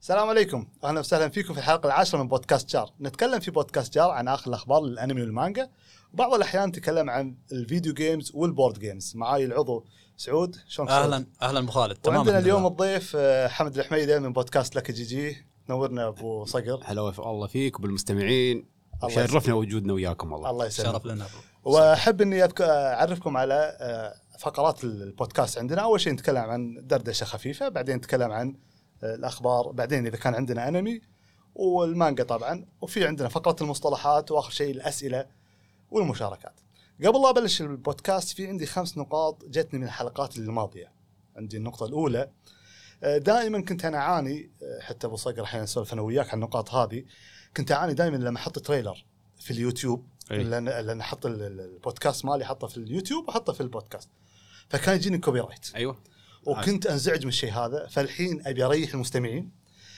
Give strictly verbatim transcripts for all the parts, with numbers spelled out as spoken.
السلام عليكم، اهلا وسهلا فيكم في الحلقه العاشره من بودكاست جار. نتكلم في بودكاست جار عن اخر الاخبار للانمي والمانجا، وبعض الاحيان نتكلم عن الفيديو جيمز والبورد جيمز. معاي العضو سعود. شلونك سعود؟ اهلا اهلا ابو خالد. تمام. وعندنا اليوم الضيف حمد الحميده من بودكاست لك جي جي. نورنا ابو صقر. هلا والله فيك وبالمستمعين، شرفنا وجودنا وياكم والله. الله يسلمك. شرف لنا ابو. واحب اني اعرفكم على فقرات البودكاست عندنا. اول شيء نتكلم عن دردشه خفيفه، بعدين نتكلم عن الأخبار، بعدين إذا كان عندنا أنمي والمانجا طبعا، وفي عندنا فقرة المصطلحات، وآخر شيء الأسئلة والمشاركات. قبل لا أبلش البودكاست في عندي خمس نقاط جتني من الحلقات الماضية. عندي النقطة الأولى، دائما كنت أنا أعاني، حتى أبو صقر أحيانا نسولف أنا وياك عن النقاط هذه، كنت أعاني دائما لما أحط تريلر في اليوتيوب، لأن أحط البودكاست مالي أحطه في اليوتيوب وأحطه في البودكاست، فكان يجيني كوبي رايت. أيوة. وكنت أنزعج من الشيء هذا. فالحين أبي أريح المستمعين،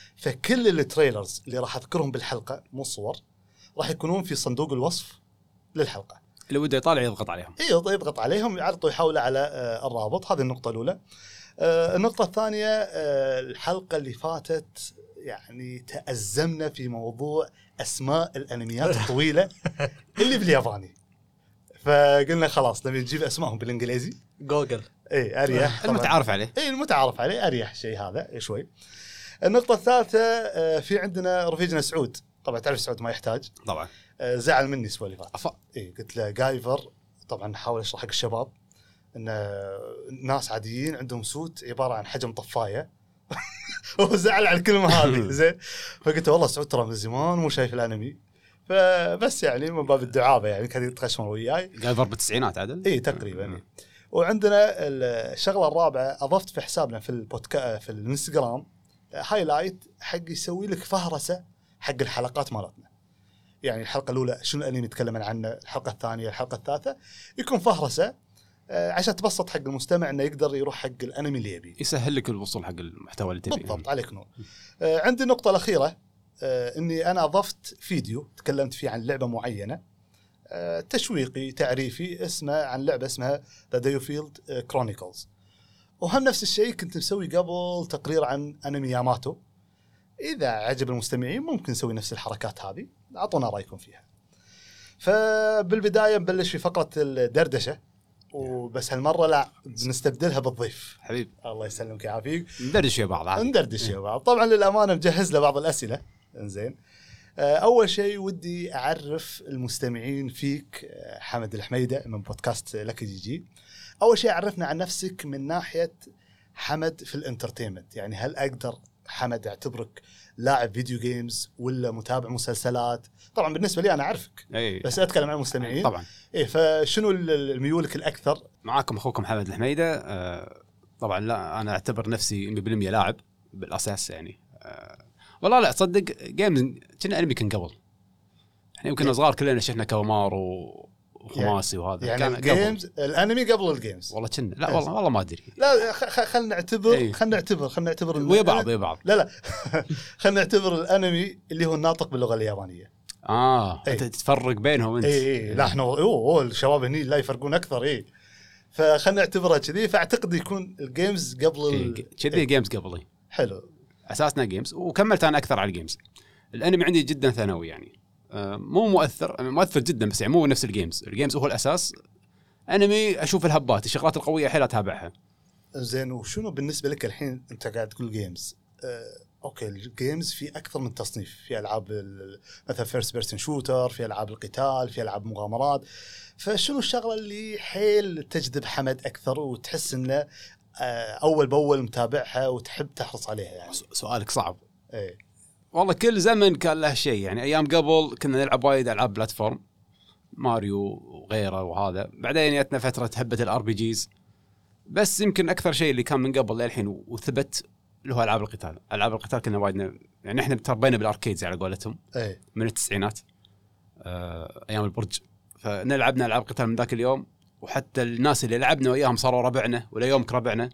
فكل التريلرز اللي راح أذكرهم بالحلقة مو صور، راح يكونون في صندوق الوصف للحلقة. اللي وده يطالع يضغط عليهم. إيه يضغط عليهم، يعرضوا يحول على الرابط. هذه النقطة الأولى. النقطة الثانية، الحلقة اللي فاتت يعني تأزمنا في موضوع أسماء الأنميات الطويلة اللي بالياباني، فقلنا خلاص نبي نجيب أسمائهم بالإنجليزي. جوجل. ايه اريح. المتعارف عليه. ايه المتعارف عليه اريح شيء هذا شوي. النقطه الثالثه، في عندنا رفيجنا سعود. طبعا تعرف سعود ما يحتاج. طبعا. زعل مني سواليفات. أف... ايه قلت له جايفر. طبعا حاول اشرح حق الشباب ان ناس عاديين عندهم سوت عباره عن حجم طفايه. هو زعل على الكلمه هذه. زين. فقلت والله سعود ترى من زمان مو شايف الانمي، فبس يعني من باب الدعابه يعني كان يتخشمر وياي. جايفر بالتسعينات عدل. ايه تقريبا. إيه. وعندنا الشغله الرابعه، اضفت في حسابنا في البودكاست في الانستغرام هايلايت حق يسوي لك فهرسه حق الحلقات مالتنا. يعني الحلقه الاولى شنو الانمي نتكلم عنه، الحلقه الثانيه، الحلقه الثالثه، يكون فهرسه عشان تبسط حق المستمع انه يقدر يروح حق الانمي اللي يبيه، يسهل لك الوصول حق المحتوى اللي تبيه. بالضبط. عليك نور. عندي النقطه الاخيره، اني انا اضفت فيديو تكلمت فيه عن لعبه معينه، تشويقي تعريفي، اسمه عن لعبة اسمها The Dayfield Chronicles. وهم نفس الشيء كنت مسوي قبل تقرير عن أنمي ياماتو. إذا عجب المستمعين ممكن نسوي نفس الحركات هذه، أعطونا رأيكم فيها. فبالبداية نبلش في فقرة الدردشة، وبس هالمرة لا بنستبدلها بالضيف. حبيب الله يسلمك يعافيك. ندردش يا بعض. ندردش يا بعض. طبعا للأمانة مجهز له بعض الأسئلة. إنزين. أول شيء ودي أعرف المستمعين فيك حمد الحميدة من بودكاست لك جي جي. أول شيء عرفنا عن نفسك من ناحية حمد في الانترتينمنت. يعني هل أقدر حمد أعتبرك لاعب فيديو جيمز ولا متابع مسلسلات؟ طبعا بالنسبة لي أنا أعرفك. أي. بس أتكلم عن المستمعين. طبعا. إيه، فشنو الميولك الأكثر؟ معاكم أخوكم حمد الحميدة. أه طبعا لا أنا أعتبر نفسي مية بالمية لاعب بالأساس يعني. أه والله لا تصدق جيمز كنا أنمي كان قبل. احنا يمكن صغار كلنا شفنا كومار وخماسي يعني وهذا يعني الجيمز قبل. الانمي قبل الجيمز والله كنا لا والله والله ما ادري. لا خلينا نعتبر ايه. خلينا نعتبر خلينا نعتبر ويا بعض ويا بعض. لا لا خلينا نعتبر الانمي اللي هو الناطق باللغه اليابانيه. اه ايه. انت تفرق بينهم انت. اي اي لا احنا اوه الشباب هني لا يفرقون اكثر. اي فخلينا نعتبرها كذي. فاعتقد يكون الجيمز قبل كذي. ايه. جيمز قبلي. حلو. اساسنا جيمز وكملت انا اكثر على الجيمز. الانمي عندي جدا ثانوي يعني. آه مو مؤثر مؤثر جدا بس يعني مو نفس الجيمز. الجيمز هو الاساس. انمي اشوف الهبات الشغلات القويه حيل اتابعها. زين. وشنو بالنسبه لك الحين انت قاعد تقول جيمز؟ آه، اوكي الجيمز في اكثر من تصنيف. في العاب مثلا فيرست بيرسون شوتر، في العاب القتال، في العاب مغامرات. فشنو الشغله اللي حيل تجذب حمد اكثر وتحس انه اول باول متابعها وتحب تحرص عليها؟ يعني سؤالك صعب. ايه والله كل زمن كان له شيء يعني. ايام قبل كنا نلعب وايد العاب بلاتفورم ماريو وغيره وهذا. بعدين جتنا فتره هبه الار بي جيز. بس يمكن اكثر شيء اللي كان من قبل للحين وثبت اللي هو العاب القتال. العاب القتال كنا وايد يعني احنا تربينا بالاركيدز على قولتهم. ايه من التسعينات. آه ايام البرج. فنلعبنا العاب قتال من ذاك اليوم. وحتى الناس اللي لعبنا وياهم صاروا ربعنا ولا يومك ربعنا.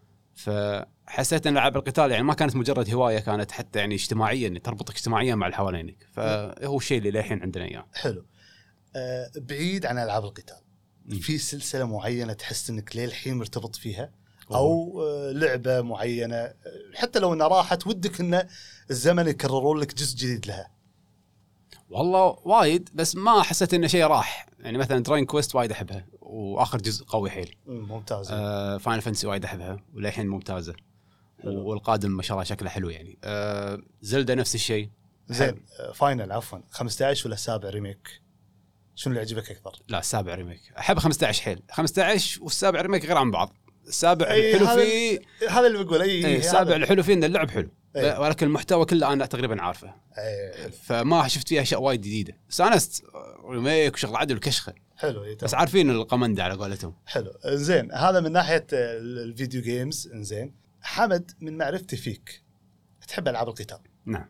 فحسيت ان العاب القتال يعني ما كانت مجرد هوايه، كانت حتى يعني اجتماعيا تربطك اجتماعيا مع اللي حوالينك. فهو الشيء اللي للحين عندنا اياه. حلو. أه بعيد عن العاب القتال، في سلسله معينه تحس انك للحين مرتبط فيها او آه، لعبه معينه آه، حتى لو انها راحت ودك ان الزمن يكررون لك جزء جديد لها؟ والله وايد، بس ما حسيت انه شيء راح. يعني مثلا دراين كويست وايد احبها واخر جزء قوي حيل. ممتاز. آه فاينل فانتسي وايد احبها وللحين ممتازه. حلو. والقادم ما شاء الله شكله حلو يعني. آه زلدة نفس الشيء. زين آه، فاينل عفوا خمسة عشر ولا السابع ريميك؟ شنو اللي يعجبك اكثر؟ لا السابع ريميك. احب خمسة عشر حيل. خمسة عشر والسابع ريميك غير عن بعض. السابع الحلو فيه هذا اللي بقول اي اي السابع الحلو فيه ان اللعب حلو. أيه. ولكن المحتوى كله انا تقريبا عارفه. أيه. فما شفت فيها اشياء وايد جديده. استانست ريميك وشغل عدل وكشخه حلو. إيه بس عارفين القمندة على قولتهم. حلو. زين هذا من ناحيه الفيديو جيمز. زين حمد، من معرفتي فيك تحب العاب القتال. نعم.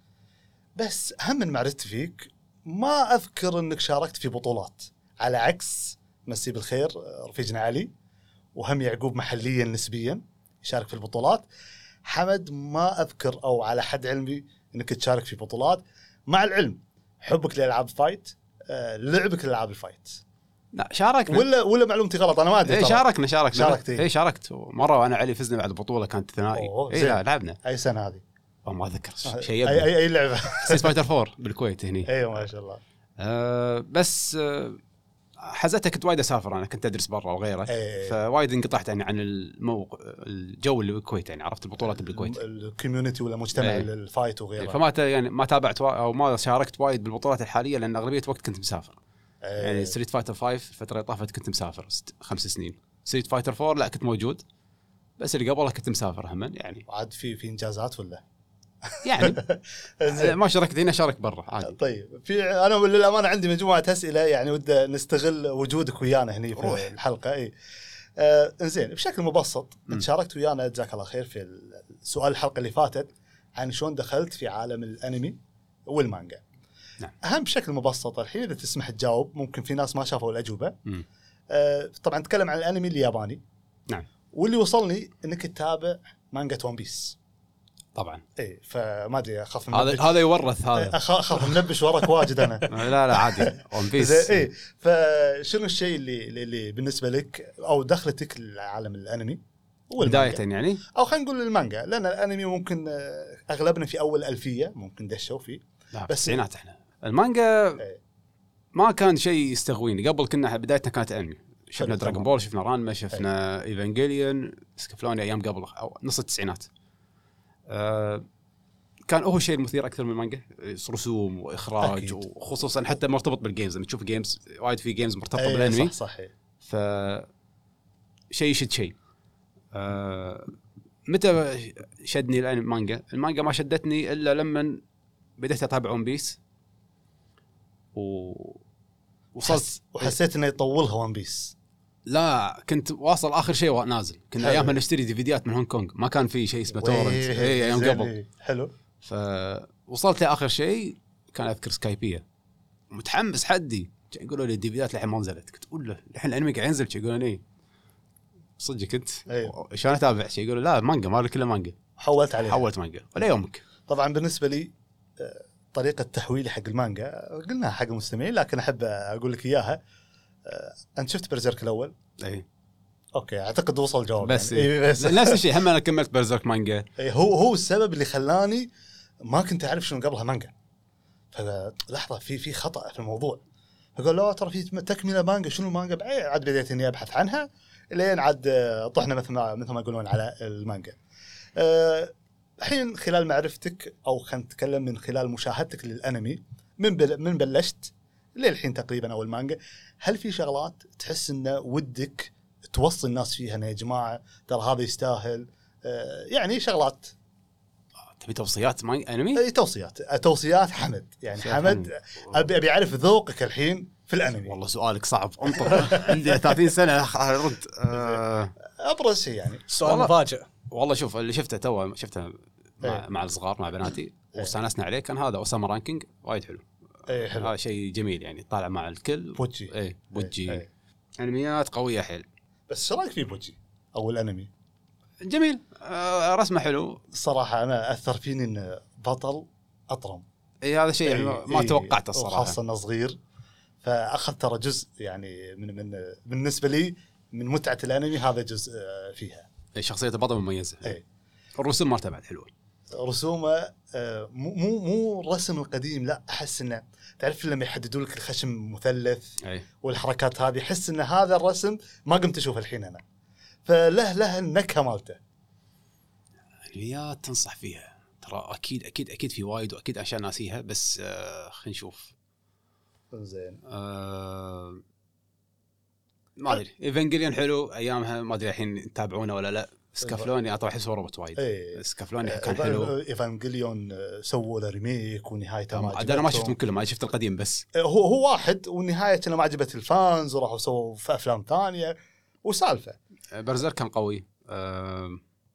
بس هم من معرفتي فيك ما اذكر انك شاركت في بطولات، على عكس مسي بالخير رفيجنا علي وهم يعقوب محليا نسبيا يشارك في البطولات. حمد ما اذكر او على حد علمي انك تشارك في بطولات، مع العلم حبك لالعاب فايت، آه، لعبك لالعاب الفايت. لا شاركنا ولا ولا معلومتي غلط؟ انا ما ادري. اي شاركنا شاركنا شاركت اي شاركت مره وانا علي فزنا بعد بطوله كانت ثنائي. اي لا لعبنا. اي سنه هذه؟ ما اذكر شيء. اي اي, أي لعبه؟ ستريت فايتر فور بالكويت هني. ايوه ما شاء الله. أه بس أه حزتها كنت وايد اسافر، انا كنت ادرس برا وغيره. أيه. فوايد انقطعت يعني عن الموق... الجو اللي بالكويت. يعني عرفت البطولات بالكويت، الكوميونتي ولا مجتمع أيه. الفايت وغيره. فما ت... يعني ما تابعت و... او ما شاركت وايد بالبطولات الحاليه لان اغلبيه وقت كنت مسافر. أيه. يعني ستريت فايتر فايف الفتره اللي طافت كنت مسافر ست... خمس سنين. ستريت فايتر فور لا كنت موجود، بس اللي قبلها كنت مسافر هم يعني. عاد في في انجازات ولا يعني ما شاركت هنا، شارك برا عادي. طيب في انا للامانه عندي مجموعه اسئله يعني ودي نستغل وجودك ويانا هنا في روح. الحلقه. اي آه زين بشكل مبسط م. شاركت ويانا جزاك الله خير في السؤال الحلقه اللي فاتت عن شلون دخلت في عالم الانمي والمانجا. نعم. اهم بشكل مبسط الحين اذا تسمح تجاوب، ممكن في ناس ما شافوا الاجوبه. آه طبعا نتكلم عن الانمي الياباني. نعم. واللي وصلني انك تتابع مانجا ون بيس. طبعا. اي فما ادري اخاف هذا هذا يورث هذا اخاف منبش وراك واجد انا. لا لا عادي ون بيس. اي فشنو الشيء اللي اللي بالنسبه لك او دخلتك لعالم الانمي بدايه يعني، او خلينا نقول المانجا، لان الانمي ممكن اغلبنا في اول الألفية ممكن دشوا فيه. بس التسعينات احنا المانجا ايه. ما كان شيء يستغويني. قبل كنا بدايتنا كانت انمي، شفنا دراغون بول، شفنا رانما، شفنا ايه. ايفانجيليون، سكفلوني ايام قبل او نص التسعينات. آه كان هو شيء مثير اكثر من المانجا، رسوم واخراج أكيد. وخصوصا حتى مرتبط بالجيمز. لما تشوف جيمز وايد في جيمز مرتبطه أيه بالانمي. صح صحيح. ف شيء يشد شيء. آه متى شدني الانمي مانجا؟ المانجا ما شدتني الا لما بديت اتابع ون بيس و وصلت وحسيت انه يطولها ون بيس. لا كنت واصل اخر شيء نازل. كنا ايامها نشتري ديفيديات من هونغ كونغ، ما كان في شيء اسمه تورنت. اي ايام قبل. حلو. فوصلت لاخر شيء كان اذكر سكايبيه، متحمس حدي. يقولوا لي الديفيديات الحين ما نزلت. كنت اقول له الحين الانمي قاعد ينزل. يقولون لي صدق كنت شلون اتابع شيء؟ يقولوا لا مانجا، ما له كله مانجا. حولت عليه حولت مانجا ولا يومك. طبعا بالنسبه لي طريقه تحويلي حق المانجا قلناها حق المستمعين، لكن احب اقول لك اياها. انت شفت برزيرك الاول؟ اي اوكي اعتقد وصل جواب بس, يعني. إيه بس نفس الشيء. هم انا كملت برزيرك مانجا. إيه هو هو السبب اللي خلاني ما كنت اعرف شنو قبلها مانجا. فلحظه في في خطا في الموضوع. فقال لا ترى في تكمله مانجا. شنو المانجا؟ عاد بديت اني ابحث عنها لين عاد طحنا مثل ما مثل ما يقولون على المانجا. الحين خلال معرفتك او خلينا نتكلم من خلال مشاهدتك للانمي من بل من بلشت للحين تقريبا او المانجا، هل في شغلات تحس انه ودك توصي الناس فيها ان يا جماعه ترى هذا يستاهل؟ آه يعني شغلات. تبي توصيات مانجا انمي؟ اي توصيات توصيات حمد يعني. حمد ابي ابي اعرف ذوقك الحين في الانمي. والله سؤالك صعب. انطر عندي ثلاثين سنه ارد. آه ابرز شيء يعني سؤال مفاجئ. والله شوف اللي شفته تو شفته مع, ايه. مع الصغار مع بناتي واستانسنا عليه كان هذا أوساما رانكينج وايد حلو. اي حلو. هذا شيء جميل يعني طالع مع الكل. بوجي. اي بوجي. ايه. انميات قويه حيل. بس شو رايك في بوجي او الانمي؟ جميل. آه رسمه حلو الصراحه. انا اثر فيني ان بطل اطرم. اي هذا شيء يعني ما ايه. توقعته الصراحه، خاصه انه صغير. فاخذ ترى جزء يعني من من بالنسبه لي من متعه الانمي هذا جزء فيها. شخصيه البطل مميزه. اي الرسوم مالته بعد حلوه. رسومه آه، مو مو مو الرسم القديم، لا احس انه تعرف لما يحددوا لك الخشم مثلث اي والحركات هذه، احس ان هذا الرسم ما قمت اشوفه الحين انا، فله له النكهه مالته. انميات تنصح فيها ترى اكيد اكيد اكيد في وايد واكيد عشان ناسيها، بس آه خلينا نشوف. زين آه ما ادري ايفانجيليون حلو ايامها، ما ادري الحين تتابعونه ولا لا. سكافلوني اطلع احس وربط وايد. ايه سكافلوني كان حلو. ايفانجيليون سووا له ريميك ونهايته ما انا ما شفتهم كلهم، ما شفت القديم بس. هو هو واحد والنهايه كان ما عجبت الفانز وراحوا سووا في افلام ثانيه وسالفه. برزيرك كان قوي. أه...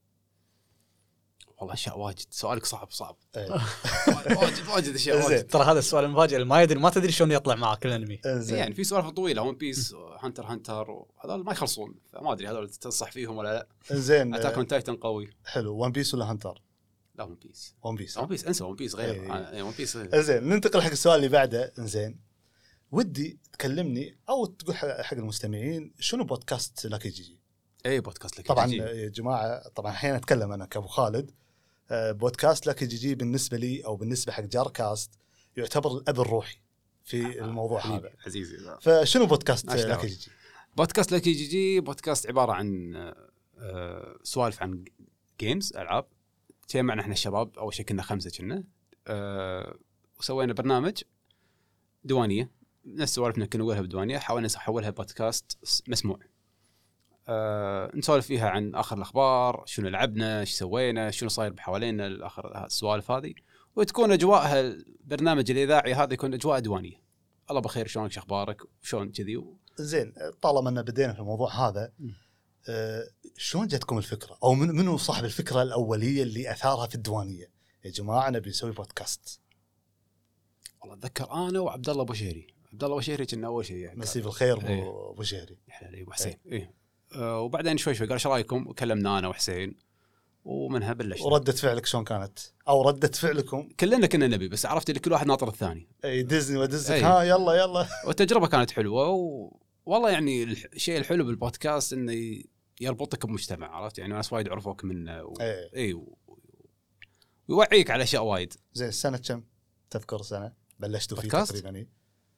والله اشياء واجد. سؤالك صعب صعب. ايه. واجد واجد اشياء واجد. ترى هذا السؤال المفاجئ ما يدري ما تدري شلون يطلع معك الانمي. يعني في سوالف طويله، ون بيس، هانتر هانتر، وهذول ما يخلصون، فما ادري هذول تنصح فيهم ولا لا. زين اتاك اون تايتن قوي. حلو. ون بيس ولا هانتر؟ لا ون بيس. ون بيس ون بيس انسى ون بيس غير. ايه. ايه ون بيس. زين ننتقل حق السؤال اللي بعده. زين ودي تكلمني او تقول حق المستمعين شنو بودكاست لاكي جي جي؟ اي بودكاست لك طبعا جي جي. يا جماعه، طبعا الحين اتكلم انا كابو خالد. بودكاست لاكي جي جي بالنسبه لي او بالنسبه حق جاركاست يعتبر الاب الروحي في الموضوع حبيبي هذا. عزيزي. فشنو بودكاست ماشي دعوة. لاكي جي جي؟ بودكاست لكي جي جي بودكاست عباره عن آه، سوالف عن جيمز، العاب. تجمعنا احنا الشباب، اول شيء كنا خمسه كنا أه وسوينا برنامج ديوانيه، نفس سوالفنا كنا نقولها بديوانيه، حاولنا نحولها بودكاست مسموع. أه نسولف فيها عن اخر الاخبار، شنو لعبنا، ايش سوينا، شنو صاير بحوالينا، الاخر السوالف هذه، وتكون اجواءها البرنامج الاذاعي هذا يكون اجواء ديوانيه. الله بخير، شلونك، شو اخبارك، شلون كذي. زين طالما ان بدينا في الموضوع هذا، آه شلون جاتكم الفكره، او من منو صاحب الفكره الاوليه اللي اثارها في الديوانيه؟ يا جماعه نبي نسوي بودكاست. والله اتذكر انا وعبد الله ابو شهري. عبد الله ابو شهري كنا اول شيء يعني مسي بالخير ابو ايه. ابو شهري. احنا ابو حسين ايه, إيه. آه وبعدين شوي شوي قال ايش رايكم، وكلمنا انا وحسين ومنها بلشنا. وردة فعلك شلون كانت، او ردة فعلكم؟ كلنا كنا نبي، بس عرفت اللي كل واحد ناطر الثاني. اي دزني ودزك أي. ها يلا يلا. والتجربه كانت حلوه و... والله يعني الشيء الحلو بالبودكاست انه يربطك بمجتمع، عرفت يعني ناس وايد عرفوك منه و... اي, اي و... ويوعيك على اشياء وايد. زين السنه كم تذكر سنه بلشتوا فيه بودكاست؟ تقريبا؟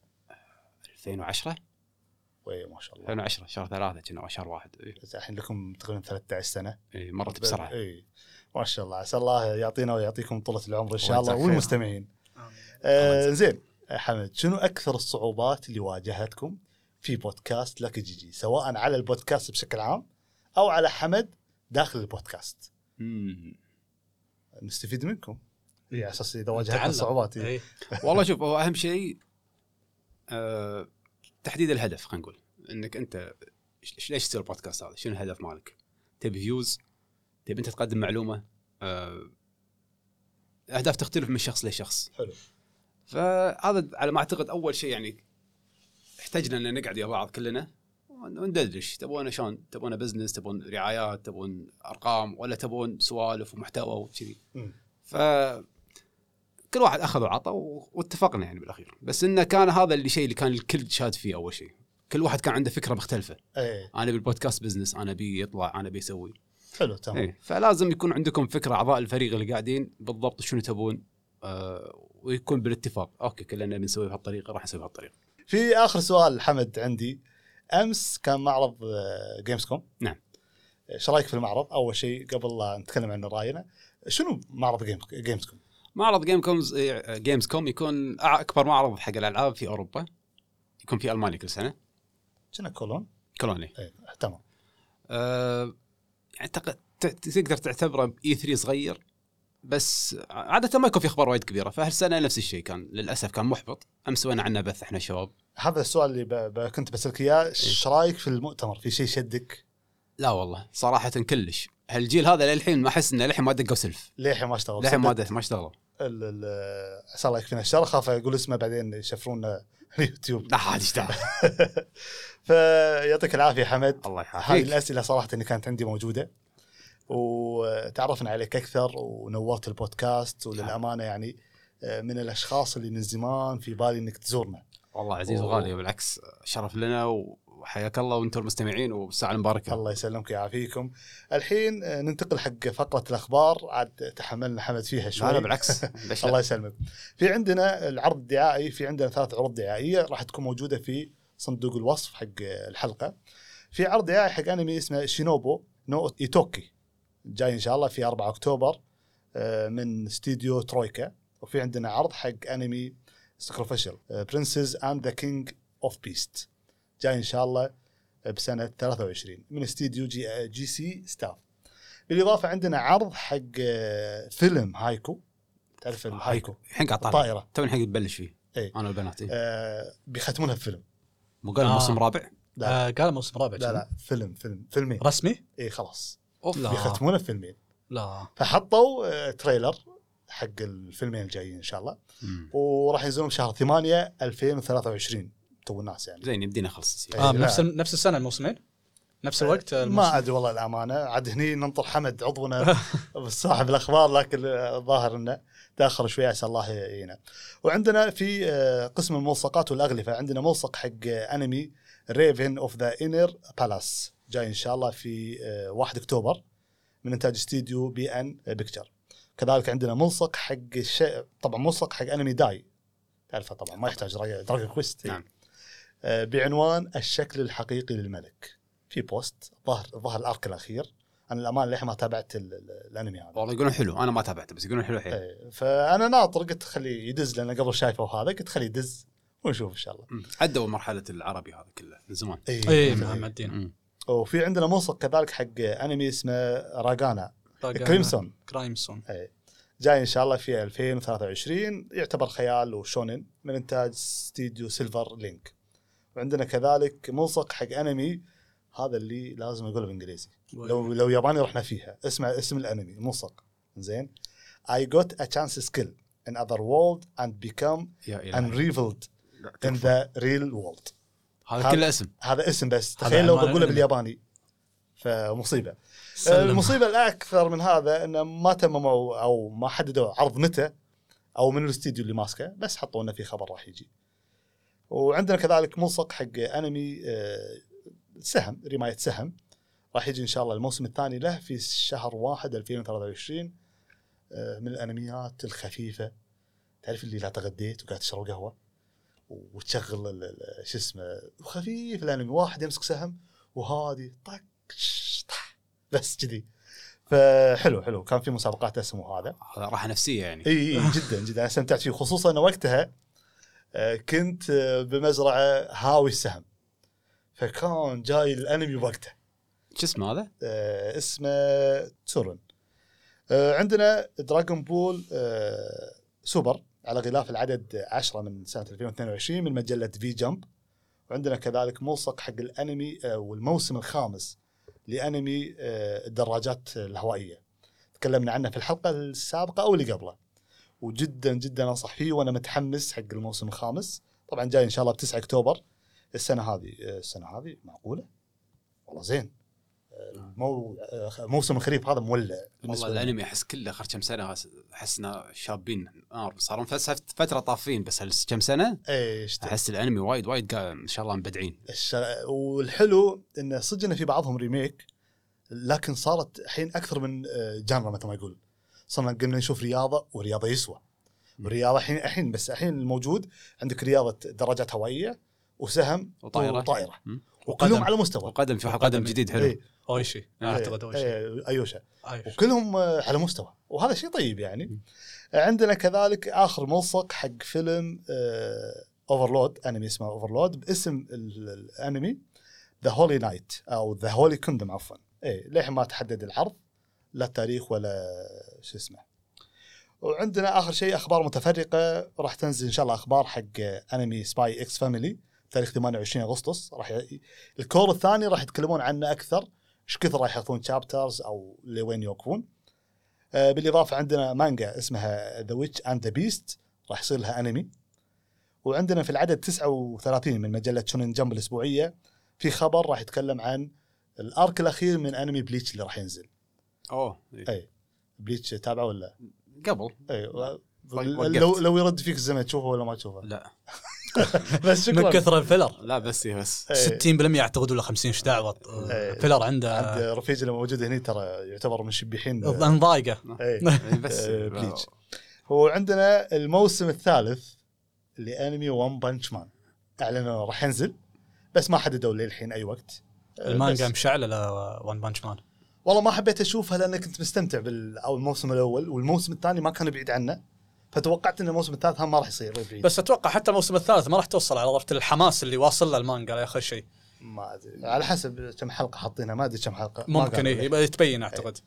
ألفين وعشرة. وي ما شاء الله. ألفين وعشرة شهر ثلاثة كنا أو شهر واحد. إيه. الحين لكم تقريبا ثلاثة عشر سنه. اي مرت بسرعه. اي ما شاء الله، عسى الله يعطينا ويعطيكم طولة العمر ان شاء الله ويجزاك خير. والمستمعين. آه زين حمد، شنو اكثر الصعوبات اللي واجهتكم في بودكاست لاكي جي جي، سواء على البودكاست بشكل عام او على حمد داخل البودكاست؟ مم. نستفيد منكم على اساس اذا واجهتنا تعلم. صعوبات. إيه. والله شوف، هو اهم شيء أه تحديد الهدف. خلينا نقول انك انت ش- ليش تصير البودكاست هذا، شنو الهدف مالك؟ تبي فيوز، تبي انت تقدم معلومه. أه الاهداف تختلف من شخص لشخص. حلو. فهذا على ما اعتقد اول شيء يعني احتاجنا ان نقعد يا بعض كلنا وندردش. تبون شلون، تبون بزنس، تبون رعايات، تبون ارقام، ولا تبون سوالف ومحتوى وكذي. مم. ف كل واحد اخذ وعطى و- واتفقنا يعني بالاخير. بس انه كان هذا اللي شيء اللي كان الكل شاد فيه. اول شيء كل واحد كان عنده فكره مختلفه. ايه انا بالبودكاست بزنس، انا بي يطلع، انا بيسوي. حلو تمام. ايه فلازم يكون عندكم فكره اعضاء الفريق اللي قاعدين بالضبط شنو تبون. آه ويكون بالاتفاق. اوكي كلنا بنسوي بهالطريقه، راح نسوي بهالطريقه. في اخر سؤال حمد عندي، امس كان معرض جيمز كوم. نعم. ايش رايك في المعرض؟ اول شيء قبل لا نتكلم عن راينا، شنو معرض جيم جيمز كوم؟ معرض جيم كومز جيمز كوم يكون أع- اكبر معرض حق الالعاب في اوروبا. يكون في المانيا كل سنه. كنا كولون. كولوني. ايه تمام. أه يعني تق- ت- تقدر تعتبره اي ثري صغير، بس عاده ما يكون في اخبار وايد كبيره. فهالسنه نفس الشيء كان للاسف كان محبط. امس سوينا عنه بث احنا شباب. هذا السؤال اللي ب... ب... كنت بسألك اياه، ايش رايك في المؤتمر؟ في شيء شدك؟ لا والله صراحه كلش. هالجيل هذا للحين ما احس انه للحين ما دقوا سلف. ليه ما اشتغل؟ للحين ما دق ما اشتغلوا. ال... ال... عسى الله يكفينا الشر، خاف اقول اسمه بعدين يشفرونا اليوتيوب. لا عادي اشتغل. فيعطيك العافيه حمد. الله هذه يحفظك. الاسئله صراحه اللي كانت عندي موجوده، وتعرفنا عليك اكثر ونورت البودكاست، وللامانه يعني من الاشخاص اللي من زمان في بالي انك تزورنا. والله عزيز أوه. وغالي، بالعكس شرف لنا و... وحياك الله وانتم المستمعين والساعه المباركه. الله يسلمك ويعافيكم. الحين ننتقل حق فقرة الأخبار، عاد تحملنا حمد فيها شوي. لا لا بالعكس. الله يسلمك. في عندنا العرض الدعائي، في عندنا ثلاث عروض دعائية راح تكون موجودة في صندوق الوصف حق الحلقة. في عرض دعائي حق أنمي اسمه شينوبو نو إيتوكي، جاي إن شاء الله في أربعة أكتوبر من استديو ترويكا. وفي عندنا عرض حق أنمي سكروفيشل برنسز أند ذا كينج أوف بيست، جاي إن شاء الله بسنة ثلاثة وعشرين من استديو جي, جي سي ستاف. بالإضافة عندنا عرض حق فيلم هايكو، تعرف الهايكو الحين قاعد طالع طائرة، تو الحين ببلش فيه. ايه؟ انا والبنات ايه؟ آه بيختمونها بفيلم. مو قال آه. موسم رابع؟ لا آه قال موسم رابع. لا لا فيلم فيلم فيلمين رسمي. ايه خلاص لا. بيختمونها بفيلمين. لا فحطوا آه تريلر حق الفيلمين الجايين ان شاء الله، مم. وراح ينزلون بشهر ثمانية ألفين وثلاثة وعشرين. تو الناس يعني زين يبدينا خلص. إيه. آه لا. نفس نفس السنه الموسمين نفس الوقت. ما ادري والله الامانه، عاد هني ننطر حمد عضونا صاحب الاخبار، لكن ظاهر انه تاخر شوي عسى الله يعينه. وعندنا في قسم الملصقات والاغلفه عندنا ملصق حق انمي ريفن اوف ذا انر بالاس، جاي ان شاء الله في واحد أكتوبر من انتاج استديو بي ان بيكتشر. كذلك عندنا ملصق حق الشيء، طبعا ملصق حق انمي داي، تعرفه طبعا ما يحتاج دراجون كويست. نعم. بعنوان الشكل الحقيقي للملك. في بوست ظهر ظهر الارك الاخير. انا الامانه للحين ما تابعت الانمي هذا، والله يقولون حلو، انا ما تابعته بس يقولون حلو حيل. ايه فانا ناطر، قلت خليه يدز لان قبل شايفه وهذا، قلت خليه يدز ونشوف ان شاء الله. عدوا مرحله العربي هذا كله من زمان. ايه, ايه فهم الدين. وفي عندنا ملصق كذلك حق انمي اسمه راغانا كريمسون كريمسون ايه، جاي ان شاء الله في ألفين وثلاثة وعشرين، يعتبر خيال وشونن من انتاج استديو سيلفر لينك. وعندنا كذلك ملصق حق انمي، هذا اللي لازم اقوله بالانجليزي، لو لو ياباني رحنا فيها. اسمع اسم الانمي ملصق زين. I got a chance skill in other world and become unraveled in the real world. هذا كله اسم، هذا اسم بس، تخيل لو بقوله بالياباني فمصيبة. المصيبة الأكثر من هذا إنه ما تمموا أو ما حددوا عرض متى أو من الاستديو اللي ماسكه، بس حطوا لنا في خبر راح يجي. وعندنا كذلك ملصق حق أنمي سهم، رماية سهم، راح يجي إن شاء الله الموسم الثاني له في شهر واحد ألفين وثلاثة وعشرين. من الأنميات الخفيفة، تعرف اللي لا تغديت وقاعد تشرب قهوة وتشغل شو اسمه، خفيف الأنمي، واحد يمسك سهم وهذه طق بس كذي. فحلو حلو، كان في مسابقات اسمه هذا، راحة نفسية يعني. اي جدا جدا استمتعت فيه، خصوصا أن وقتها كنت بمزرعة هاوي السهم، فكان جاي الأنمي وقته. شو اسمه هذا؟ آه اسمه تورن. آه عندنا دراغون بول آه سوبر على غلاف العدد عشرة من سنة ألفين واثنين وعشرين من مجلة في جمب. وعندنا كذلك ملصق حق الأنمي آه والموسم الخامس لأنمي آه الدراجات الهوائية، تكلمنا عنه في الحلقة السابقة أو اللي قبله، وجدا جدا أنصح فيه وأنا متحمس حق الموسم الخامس. طبعا جاي إن شاء الله بتسعة أكتوبر السنة هذه. السنة هذه معقولة والله زين. مو موسم الخريف هذا مولع والله. الانمي احس كله اخر كم سنه احسنا شابين نار، صاروا فتره طافين، بس هل كم سنه ايش احس الانمي وايد وايد ان شاء الله مبدعين. والحلو انه صدقنا في بعضهم ريميك، لكن صارت الحين اكثر من جانرا مثل ما يقول. صرنا قلنا نشوف رياضه ورياضه يسوى، ورياضه الحين الحين بس الحين الموجود عندك رياضه دراجات هوائيه وسهم وطائره, وطائرة. وكلهم على مستوى. وقدم في قدم جديد حلو. ايه. اويشي اعتقد اويشي ايه. ايوشا. وكلهم على مستوى، وهذا شيء طيب يعني. م. عندنا كذلك اخر ملصق حق فيلم اوفرلود، انمي اسمه اوفرلود باسم الانمي ذا هولي نايت او ذا هولي كندم عفوا. ايه للحين ما تحدد العرض، لا التاريخ ولا شو اسمه. وعندنا اخر شيء اخبار متفرقه، راح تنزل ان شاء الله اخبار حق انمي سباي اكس فاميلي تاريخ ثمانية وعشرين أغسطس. راح ي... الكور الثاني راح يتكلمون عنه أكثر، إيش كثر راح يحطون شابترز أو لوين يوقفون. آه بالإضافة عندنا مانجا اسمها The Witch and the Beast راح يصير لها أنمي. وعندنا في العدد تسعة وثلاثين من مجلة شونين جمب الأسبوعية في خبر راح يتكلم عن الأرك الأخير من أنمي بليتش اللي راح ينزل. أوه أي بليتش تابعه ولا قبل؟ أي و... لو لو يرد فيك الزمن تشوفه ولا ما تشوفه؟ لا بس من شكرا. كثر الفيلر لا بس إيه بس إيه. ستين بالمية اعتقد ولا خمسين ايش دعوه إيه. فيلر عنده عند رفيج اللي موجود هنا ترى يعتبر من شبيحين انضايقه. اي بس آه، بليتش. هو عندنا الموسم الثالث لانمي ون بانش مان، اعلنوا راح ينزل بس ما حددوا لي الحين اي وقت. آه، المانجا بس مشعله ون بانش مان. والله ما حبيت اشوفها لان كنت مستمتع بال او الموسم الاول، والموسم الثاني ما كان بعيد عنه، فتوقعت ان الموسم الثالث هم ما راح يصير بعيد. بس اتوقع حتى الموسم الثالث ما راح توصل على عرفت الحماس اللي واصل له المانجا يا اخي شيء. ما ادري على حسب كم حلقه حاطينها، ما ادري كم حلقه ما ممكن قالوا إيه لي. يبقى يتبين اعتقد.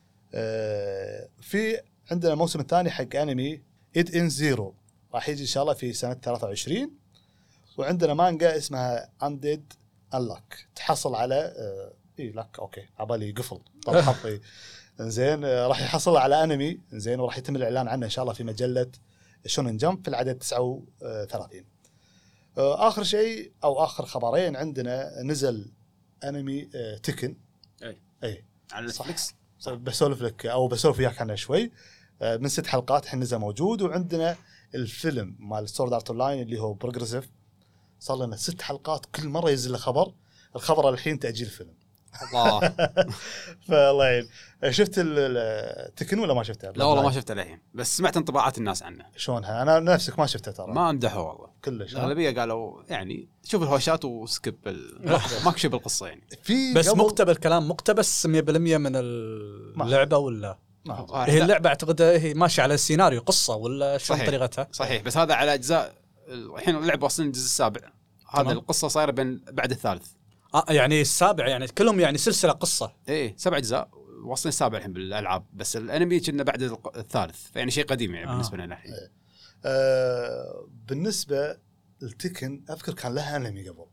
آه، في عندنا الموسم الثاني حق انمي إد إن زيرو راح يجي ان شاء الله في سنه ثلاثة وعشرين. وعندنا مانجا اسمها أنديد أنلاك تحصل على آه اي لك اوكي عبالي قفل طب حطي زين. آه راح يحصل على انمي زين، وراح يتم الاعلان عنه ان شاء الله في مجله شونن جمب في العدد تسعة وثلاثين. آه اخر شيء او اخر خبرين عندنا نزل انمي آه تكن. اي اي على نتفلكس. بسولف لك او بسولف وياك عنه شوي. آه من ست حلقات الحين نزل موجود. وعندنا الفيلم مال سورد ارت اون لاين اللي هو بروجريسيف، صار لنا ست حلقات كل مره ينزل له خبر، الخبر الحين تاجيل الفيلم. الله. فالله يعين. شفت التكن ولا ما شفته؟ لا والله ما شفته للحين، بس سمعت انطباعات الناس عنه. شلونها؟ انا نفسك ما شفته ترى. ما امدحوا والله كلش. الاغلبيه قالوا يعني شوف الهوشات وسكيب ال... ماك شيء بالقصه يعني. في بس قبل- مقتبس الكلام مقتبس مية بالمية من اللعبه ولا ما أدري. آه، هي لا. اللعبه اعتقد هي ماشيه على سيناريو قصه ولا شلون صحيح. طريقتها؟ صحيح، بس هذا على اجزاء. الحين اللعبه واصلين الجزء السابع، هذا تمام. القصه صايره بين بعد الثالث. آه يعني السابع يعني كلهم يعني سلسله قصه. ايه سبع اجزاء واصلين السابع الحين بالالعاب، بس الانمي كنا بعد الق- الثالث، فيعني شيء قديم يعني آه. بالنسبه لنا الحين. آه بالنسبه للتكن اذكر كان لها انمي قبل.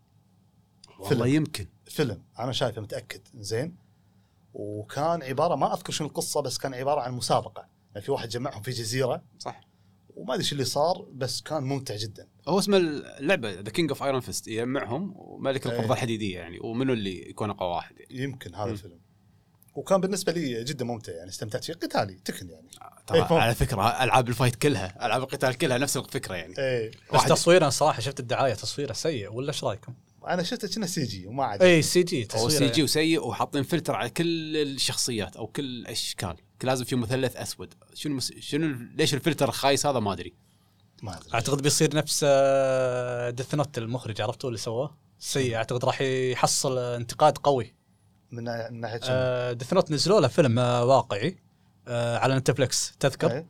والله يمكن فيلم انا شايفه متاكد زين، وكان عباره ما اذكر شنو القصه، بس كان عباره عن مسابقه يعني في واحد جمعهم في جزيره صح. وما ادري شو اللي صار، بس كان ممتع جدا. هو اسم اللعبه ذا كينج اوف ايرون فيست، يجمعهم وملك القبضه إيه. الحديديه يعني، ومنو اللي يكون اقوى واحد يعني. يمكن هذا م. الفيلم، وكان بالنسبه لي جدا ممتع يعني، استمتعت فيه. قتالي تكن يعني. ترى إيه، فهم. على فكره العاب الفايت كلها، العاب القتال كلها نفس الفكره يعني. ايه بس واحد- تصويرا صراحه شفت الدعايه تصويره سيء ولا ايش رايكم؟ انا شفته كنا سي جي وما عجب. اي سي جي هو تصويره سي جي وسيء، وحاطين فلتر على كل الشخصيات او كل الاشكال، لازم في مثلث اسود. شنو مس... شنو ليش الفلتر خايس هذا ما ادري. ما ادري. اعتقد بيصير نفس ديث نوت المخرج عرفتوا اللي سواه سيء، اعتقد راح يحصل انتقاد قوي. من نا- من ناحيه شنو؟ آه ديث نوت نزلوا له فيلم آه واقعي آه على نتفلكس تذكر. إيه.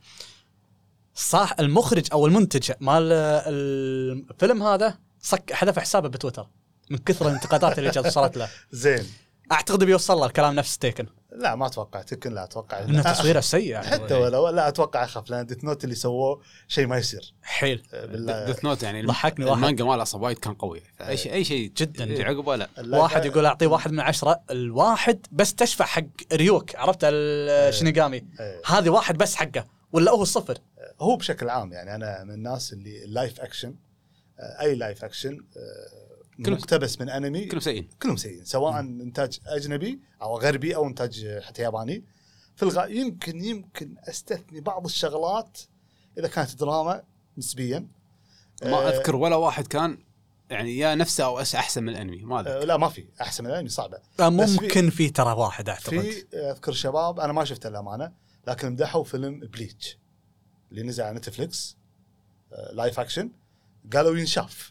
صح المخرج او المنتج مال الفيلم هذا صك حذف حسابه بتويتر من كثر الانتقادات اللي جات صارت له. زين. اعتقد بيوصل له الكلام نفس تيكن لا ما اتوقع تكن، لا اتوقع انه تصويره سيء حتى ولو لا اتوقع اخاف، لان ديث نوت اللي سووه شيء ما يصير. حيل. آه، بالله. ديث نوت يعني ضحكني واحد. المانجا ماله اصلا وايد كان قوي، اي شيء اي شيء جداً يجي جداً. عقبه لا. اللايف- واحد يقول اعطيه واحد من عشرة، الواحد بس تشفع حق ريوك عرفت الشينيغامي إيه. هذه واحد بس حقه ولا هو الصفر. هو بشكل عام يعني انا من الناس اللي اللايف اكشن آه، اي لايف اكشن آه، كلهم- مقتبس من انمي كلهم سيئين. كلهم سيئين، سواء انتاج اجنبي او غربي او انتاج حتى ياباني. في الغ... يمكن يمكن استثني بعض الشغلات اذا كانت دراما نسبيا. ما آه، اذكر ولا واحد كان يعني يا نفسه او أس- احسن من الانمي، ما اذكر. آه، لا ما في احسن من الانمي، صعبه. آه، بس في- ممكن في ترى واحد اعتقد في اذكر شباب انا ما شفته الامانه، لكن مدحوا فيلم بليتش اللي نزل على نتفليكس آه، لايف اكشن، قالوا ينشاف.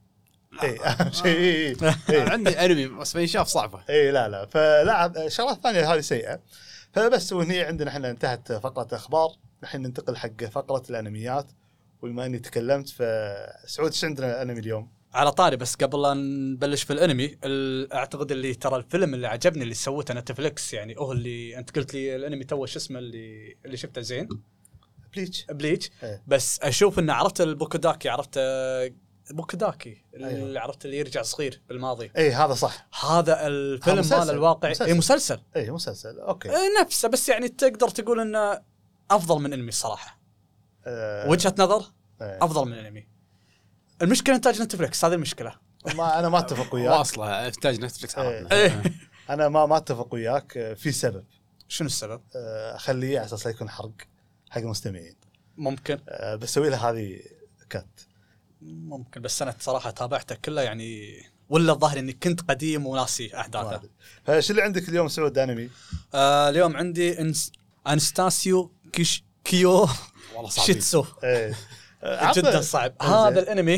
اي اهم شيء اي اي عندي انمي بس ما ينشاف صعبه. اي لا لا فلا شغلات ثانيه هذه سيئه. فبس وهني عندنا احنا انتهت فقره اخبار، الحين ننتقل حق فقره الانميات. وبما اني تكلمت فسعود ايش عندنا انمي اليوم؟ على طاري بس قبل لا نبلش في الانمي ال- اعتقد اللي ترى الفيلم اللي عجبني اللي سوته نتفلكس يعني هو اللي انت قلت لي الانمي تو شو اسمه اللي اللي شفته زين بليتش. بليتش. إيه. بس اشوف انه عرفت البوكوداكي عرفت آه، بوكوداكي اللي أيوه. عرفت اللي يرجع صغير بالماضي. اي هذا صح. هذا الفيلم مسلسل. مال الواقعي مسلسل. اي مسلسل اي مسلسل اوكي. إيه نفسه، بس يعني تقدر تقول انه افضل من انمي الصراحه. آه وجهه نظر إيه. افضل من انمي. المشكله انتاج نتفلكس، هذه المشكله. ما انا ما اتفق وياك. واصله انتاج نتفلكس إيه. عرفنا. إيه. انا ما ما اتفق وياك آه، في سبب شنو السبب؟ آه، اخليه على اساس لا يكون حرق حق المستمعين. ممكن آه، بسوي له هذه كات. ممكن، بس انا صراحه تابعته كله يعني، ولا الظاهر اني كنت قديم وناسي احداثه. فايش اللي عندك اليوم سعود انمي؟ آه اليوم عندي إنس... انستاسيو كيش كيو والله صعب. شيتسو. ايه جدا صعب. هذا الانمي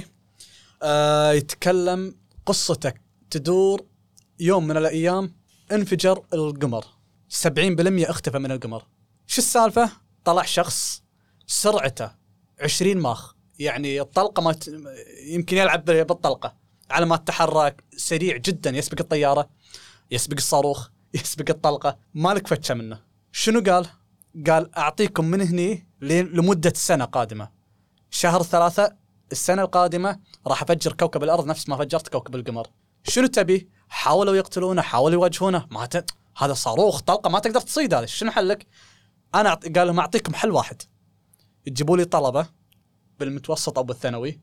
آه يتكلم قصتك تدور يوم من الايام انفجر القمر، سبعين بالمئة اختفى من القمر. شو السالفه؟ طلع شخص سرعته عشرين ماخ، يعني الطلقه ما ت... يمكن يلعب بالطلقه على ما تتحرك سريع جدا، يسبق الطياره، يسبق الصاروخ، يسبق الطلقه، مالك فتشه منه. شنو قال؟ قال اعطيكم من هني لمده سنه قادمه، شهر ثلاثة السنه القادمه راح افجر كوكب الارض نفس ما فجرت كوكب القمر. شنو تبي؟ حاولوا يقتلونه، حاولوا يواجهونه، ما ت... هذا صاروخ طلقه ما تقدر تصيد. هذا شنو حلك؟ انا أعط... قال لهم اعطيكم حل واحد، تجيبوا لي طلبه بالمتوسط او بالثانوي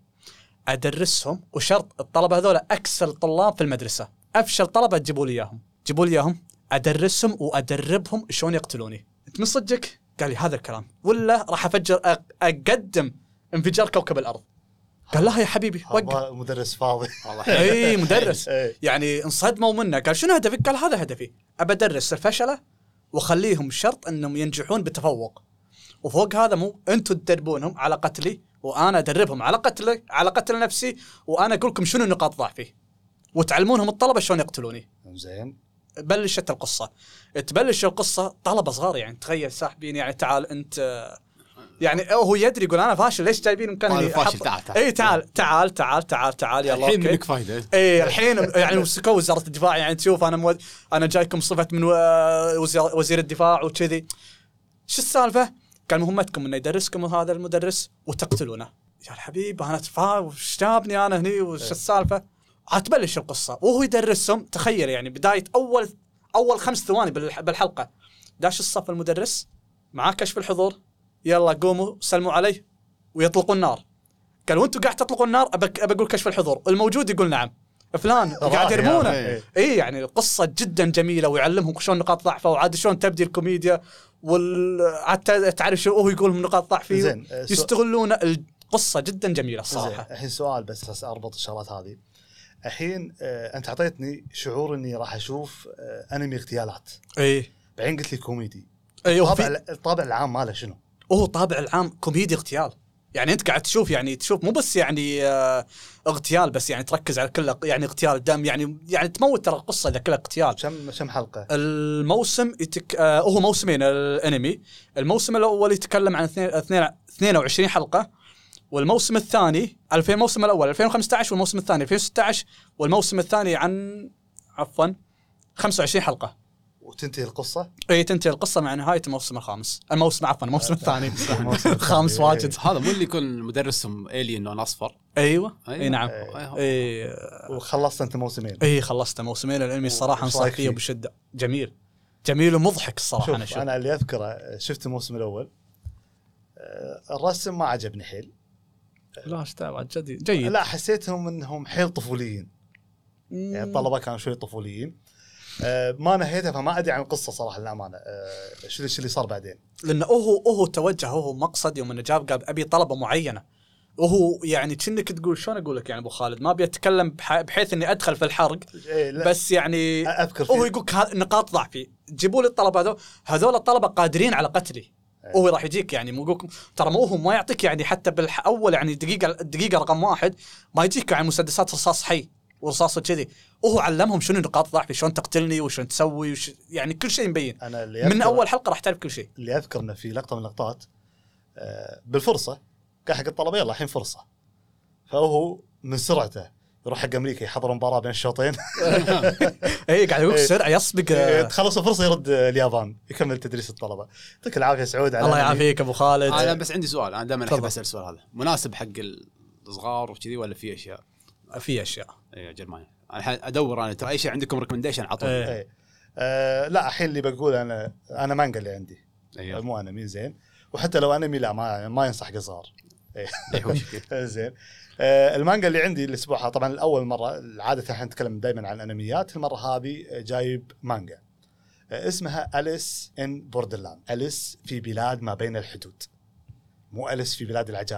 ادرسهم، وشرط الطلبه هذول اكسل طلاب في المدرسه، افشل طلبه تجيبوا لي اياهم، جيبوا لي اياهم ادرسهم وادربهم شلون يقتلوني. انت من صدقك؟ قال لي هذا الكلام ولا راح افجر اقدم انفجار كوكب الارض. قال لا يا حبيبي وقف. مدرس فاضي والله اي مدرس يعني انصدموا منه. قال شنو هدفك؟ قال هذا هدفي، ابى ادرس الفشله واخليهم شرط انهم ينجحون بتفوق، وفوق هذا مو انتم تدربونهم على قتلي وانا ادربهم على قتل على قتل نفسي، وانا اقول لكم شنو نقاط ضعفي وتعلمونهم الطلبه شلون يقتلوني. زين. بلشت القصه، تبلش القصه طلبه صغار يعني، تخيل ساحبين يعني تعال انت، يعني هو يدري يقول انا فاشل، ليش جايبين مكاني فاشل؟ تعال تعال اي تعال تعال تعال تعال تعال يلا الحين اوكي منك فايده. اي الحين يعني مسكوا وزاره الدفاع، يعني تشوف انا مو... انا جايكم صفه من وزير, وزير الدفاع وكذي. شو السالفه؟ كان مهمتكم انه يدرسكم هذا المدرس وتقتلونه. يا الحبيب انا تفا وش جابني انا هني وش السالفه؟ هتبلش القصه وهو يدرسهم. تخيل يعني بدايه اول اول خمس ثواني بالحلقه داش الصف المدرس معاه كشف الحضور، يلا قوموا سلموا علي ويطلقوا النار. قال وانتم قاعد تطلقوا النار ابى اقول كشف الحضور، الموجود يقول نعم فلان، قاعد يرمونه. اي يعني القصه جدا جميله ويعلمهم شلون نقاط ضعفه وعاد شلون تبدي الكوميديا وال تعرف شو هو يقول من نقاط ضعفه يستغلون. القصه جدا جميله الصراحه. الحين سؤال بس اربط الشغلات هذه. الحين آه انت اعطيتني شعور اني راح اشوف آه انمي اغتيالات، اي بعدين قلت لي كوميدي. ايوه طابع الطابع العام ماله شنو؟ هو طابع العام كوميدي اغتيال، يعني انت قاعد تشوف يعني تشوف مو بس يعني اه اغتيال بس، يعني تركز على كل يعني اغتيال دم، يعني يعني تموت ترى القصه اذا كلها اغتيال. كم كم حلقه الموسم؟ يتك... آه هو موسمين الانمي. الموسم الاول يتكلم عن اثنين وعشرين حلقه، والموسم الثاني الفين الموسم الاول ألفين وخمسة عشر والموسم الثاني ألفين وستة عشر والموسم الثاني عن عفوا خمسة وعشرين حلقه. وتنتهي القصه؟ اي تنتهي القصه مع نهايه الموسم الخامس، الموسم عفوا الموسم الثاني الخامس واجد. هذا مو اللي يكون مدرسهم الين لون اصفر؟ ايوه اي أيوة. نعم. أيوة. اي وخلصت انت موسمين؟ اي خلصت موسمين. الانمي الصراحه انصح فيه بشده، جميل جميل ومضحك الصراحه. انا شوف انا اللي اذكره شفت الموسم الاول، الرسم ما عجبني حيل. لا اشتغل جديد جيد. لا حسيتهم انهم حيل طفوليين، يعني الطلبه كانوا شوي طفوليين. أه ما نهيتها فما ادري عن القصه صراحه للامانه. أه شو اللي صار بعدين؟ لانه هو هو توجه هو مقصد يوم انه جاب قال ابي طلبه معينه، وهو يعني كأنك تقول شلون اقول لك يعني ابو خالد ما بيتكلم بحيث اني ادخل في الحرق. إيه بس يعني اذكر هو يقول نقاط ضعفي، جيبوا لي الطلبه هذول هذول الطلبه قادرين على قتلي. هو راح يجيك يعني مو يقولكم ترى مو هو ما يعطيك يعني حتى بالاول يعني دقيقه دقيقه رقم واحد ما يجيك يعني مسدسات رصاص حي ورصاص وكذي. وهو علمهم شنو نقاط ضعفي، شلون تقتلني وشلون تسوي وش يعني كل شيء مبين. أنا من اول حلقه راح تعرف كل شيء. اللي اذكر انه في لقطه من اللقطات آه بالفرصه قال حق الطلبه يلا الحين فرصه، فهو من سرعته يروح حق امريكا يحضر مباراه بين الشوطين. اي قاعد يقول سرعه يسبق تخلص الفرصه يرد اليابان يكمل تدريس الطلبه. يعطيك العافيه سعود. الله يعافيك ابو خالد. انا بس عندي سؤال، انا دائما احب اسال السؤال هذا، مناسب حق الصغار وكذي ولا في اشياء؟ في اشياء اي جرمانيا. انا ادور انا ترى اي شيء عندكم ريكومنديشن عطوني. اي أه لا الحين اللي بقول انا انا مانجا اللي عندي أيوه. مو انمي زين، وحتى لو انمي لا ما ما ينصح قصار. زين. آه المانجا اللي عندي الاسبوع طبعا الاول مره، عاده احنا نتكلم دائما عن الانميات، المره هذه جايب مانجا آه اسمها أليس إن بوردرلاند. أليس في بلاد ما بين الحدود، مو أليس في بلاد العجائب.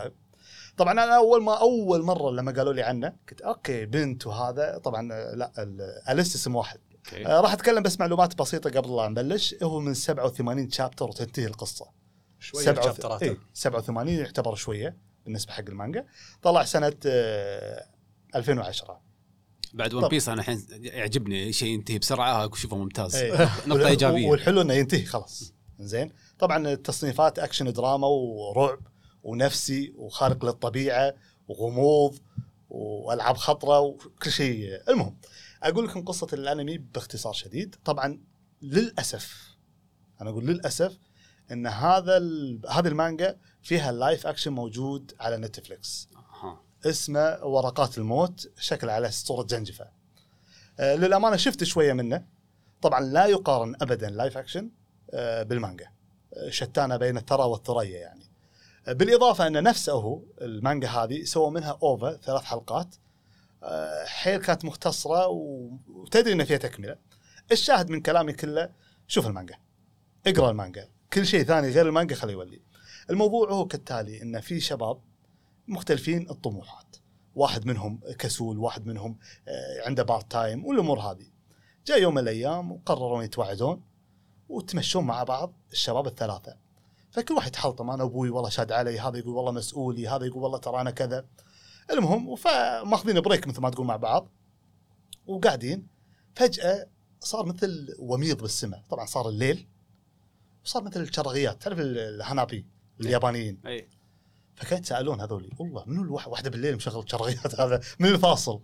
طبعا انا اول ما اول مره لما قالوا لي عنه كنت اوكي بنت وهذا طبعا لا أليس اسم واحد. آه راح اتكلم بس معلومات بسيطه قبل لا نبلش. هو من سبعة وثمانين شابتر وتنتهي القصه. شويه سبعة شابترات ايه سبعة وثمانين يعتبر شويه بالنسبه حق المانجا. طلع سنه آه ألفين وعشرة. بعد ون بيس انا الحين يعجبني شيء ينتهي بسرعه اشوفه ممتاز. ايه. نقطه ايجابيه والحلو انه ينتهي خلاص. زين طبعا التصنيفات اكشن دراما ورعب ونفسي وخارق للطبيعه وغموض والعاب خطره وكل شيء. المهم اقول لكم قصه الانمي باختصار شديد. طبعا للاسف انا اقول للاسف ان هذا هذه المانجا فيها اللايف اكشن موجود على نتفليكس. أه. اسمه ورقات الموت، شكل على صوره جنجفه. آه للامانه شفت شويه منه. طبعا لا يقارن ابدا لايف اكشن آه بالمانجا. آه شتانه بين الثرى والثريا يعني. آه بالاضافه ان نفسه هو المانجا هذه سووا منها اوفا ثلاث حلقات. آه حيل كانت مختصره وتدري ان فيها تكمله. الشاهد من كلامي كله شوف المانجا، اقرا المانجا، كل شيء ثاني غير المانجا خليه يولي. الموضوع هو كالتالي ان في شباب مختلفين الطموحات، واحد منهم كسول، واحد منهم عنده بارت تايم والامور هذه. جاء يوم من الايام وقرروا يتوعدون وتمشون مع بعض الشباب الثلاثه. فكل واحد يتحلطم، انا ابوي والله شاد علي، هذا يقول والله مسؤولي، هذا يقول والله ترى انا كذا. المهم فماخذين بريك مثل ما تقول مع بعض وقاعدين. فجاه صار مثل وميض بالسماء. طبعا صار الليل وصار مثل الشرغيات، تعرف الهانابي اليابانيين. اي فكانت يسالون هذولي والله منو الواحد واحده بالليل مشغل شرغيات هذا من الفاصل.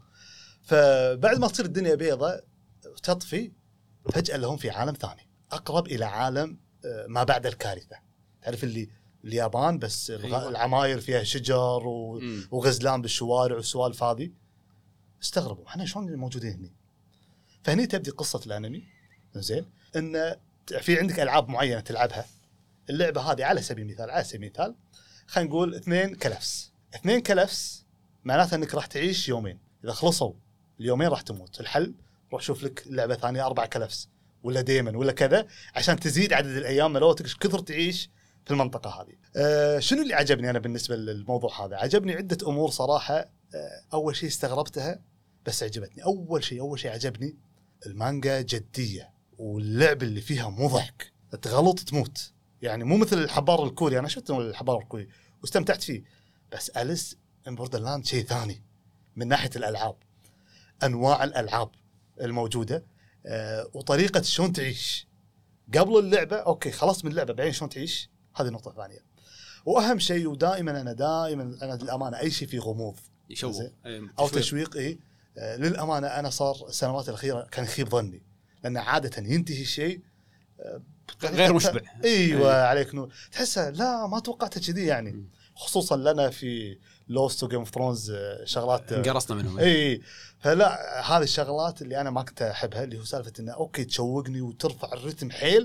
فبعد ما تصير الدنيا بيضة تطفي فجاه لهم في عالم ثاني اقرب الى عالم ما بعد الكارثه. تعرف اللي اليابان بس أيوة. العماير فيها شجر وغزلان بالشوارع والسوالف هذه. استغربوا احنا شلون موجودين هنا. فهني تبدي قصه الانمي. زين ان في عندك العاب معينه تلعبها. اللعبه هذه على سبيل المثال على سبيل المثال خلينا نقول اثنين كلفس. اثنين كلفس معناته انك راح تعيش يومين. اذا خلصوا اليومين راح تموت. الحل روح شوف لك لعبه ثانيه اربع كلفس ولا ديمن ولا كذا عشان تزيد عدد الايام ملوتك كثر تعيش في المنطقه هذه. أه شنو اللي عجبني انا بالنسبه للموضوع هذا؟ عجبني عده امور صراحه. أه اول شيء استغربتها بس عجبتني. اول شيء اول شيء عجبني المانجا جديه واللعب اللي فيها مو ضحك. تغلط تموت يعني. مو مثل الحبار الكوري. انا شفت الحبار الكوري واستمتعت فيه. بس أليس إن بوردرلاند شيء ثاني من ناحيه الالعاب. انواع الالعاب الموجوده أه وطريقه شلون تعيش قبل اللعبه. اوكي خلاص من اللعبه بعدين شلون تعيش هذه نقطه ثانيه. واهم شيء ودائما انا دائما انا للامانه اي شيء فيه غموض يشوف او تشويق ايه أه للامانه انا صار السنوات الاخيره كان يخيب ظني لان عاده ينتهي الشيء أه غير مشبع. ايوه أيه. عليك نور. تحسه لا ما توقعت كذي يعني م. خصوصا لنا في لوست وجيم اوف ثرونز شغلات انقرصنا منهم. اي فلا هذه الشغلات اللي انا ما كنت احبها اللي هو سالفه انه اوكي تشوقني وترفع الرتم حيل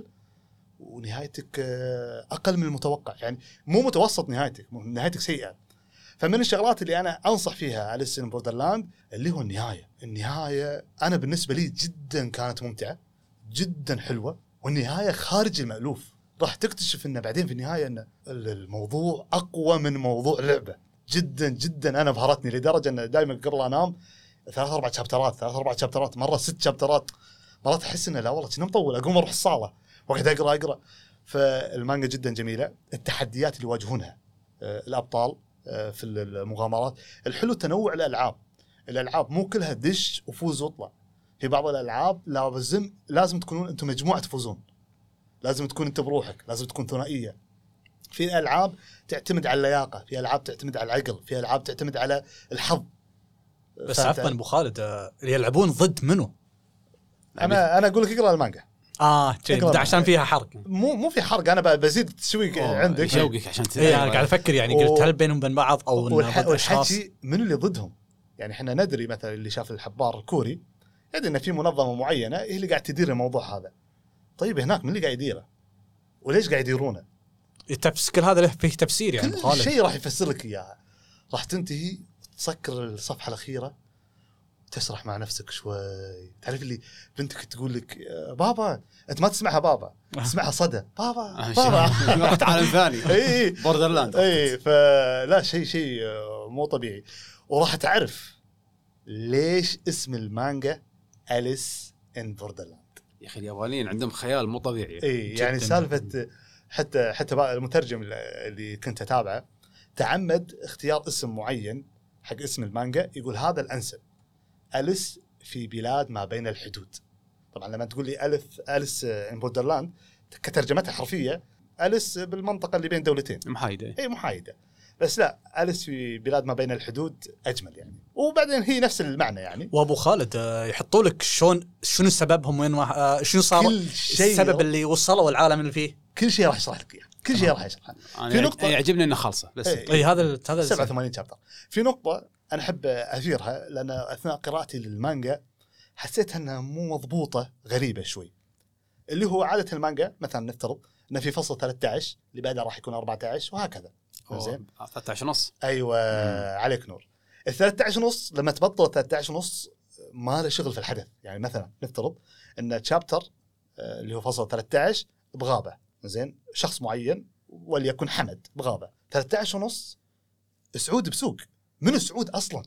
ونهايتك اقل من المتوقع يعني مو متوسط نهايتك نهايتك سيئه. فمن الشغلات اللي انا انصح فيها أليس إن بوردرلاند اللي هو النهايه. النهايه انا بالنسبه لي جدا كانت ممتعه جدا حلوه والنهايه خارج المألوف. راح تكتشف انه بعدين في النهايه ان الموضوع اقوى من موضوع لعبه. جدا جدا انا بهرتني لدرجه ان دائما قبل انام ثلاث اربع شابترات ثلاث اربع شابترات مره ست شابترات. مرات احس انه لا والله كنا مطول اقوم اروح الصاله واقعد اقرا اقرا. فالمانجا جدا جميله. التحديات اللي يواجهونها الابطال في المغامرات. الحلو تنوع الالعاب. الالعاب مو كلها دش وفوز واطلع. في بعض الالعاب لازم لازم تكونون انتم مجموعه تفوزون. لازم تكون انت بروحك. لازم تكون ثنائيه. في العاب تعتمد على اللياقه. في العاب تعتمد على العقل. في العاب تعتمد على الحظ. بس عفوا ابو خالد اللي يلعبون ضد منو؟ انا انا اقول لك اقرا المانجا. اه ده عشان فيها حرق. مو مو في حرق. انا بزيد التسويق عندك يشوقك عشان اي انا قاعد افكر يعني و... قلت هل بينهم وبين بعض او والح... والحكي من اللي ضدهم. يعني احنا ندري مثلا اللي شاف الحبار الكوري يدري ان في منظمه معينه هي اللي قاعد تدير الموضوع هذا. طيب هناك من اللي قاعد يديره وليش قاعد يديرونه؟ التفسير هذا له فيه تفسير يعني كل شيء راح يفسر لك اياه. راح تنتهي تسكر الصفحه الاخيره تسرح مع نفسك شوي. تعرف اللي بنتك تقول لك بابا، انت ما تسمعها بابا، تسمعها صدى بابا بابا رحت عالم ثاني. اي بوردرلاند. اي فلا شيء شيء مو طبيعي. وراح تعرف ليش اسم المانجا أليس إن بوردرلاند. يا اخي اليابانيين عندهم خيال مو طبيعي. اي يعني سالفه حتى حتى المترجم اللي كنت اتابعه تعمد اختيار اسم معين حق اسم المانجا، يقول هذا الانسب، أليس في بلاد ما بين الحدود. طبعا لما تقول لي ألف أليس إن بوردرلاند كترجمتها حرفيه أليس بالمنطقه اللي بين دولتين محايده. اي محايده، بس لا أليس في بلاد ما بين الحدود اجمل يعني. وبعدين هي نفس المعنى يعني. وابو خالد يحطوا لك شلون شنو سببهم وين واحد شنو صار السبب اللي وصلوا العالم اللي فيه. كل شيء راح يشرح لك اياه، كل شيء راح يشرح. في نقطه يعجبني انه خالصه بس اي, أي هذا هذا سبعة وثمانين شابتر. في نقطه انا احب اثيرها لان اثناء قراءتي للمانجا حسيت انها مو مضبوطه، غريبه شوي. اللي هو عاده المانجا مثلا نفترض ان في فصل ثلاثة عشر اللي بعده راح يكون أربعة عشر وهكذا. زين ثلاثة عشر ونص. ايوه مم. عليك نور. ال ثلاثة عشر ونص لما تبطل ثلاثة عشر ونص ما له شغل في الحدث. يعني مثلا نفترض ان تشابتر اللي هو فصل ثلاثة عشر بغابه، زين شخص معين وليكن حمد بغابه. ثلاثة عشر ونص سعود بسوق. منو سعود اصلا؟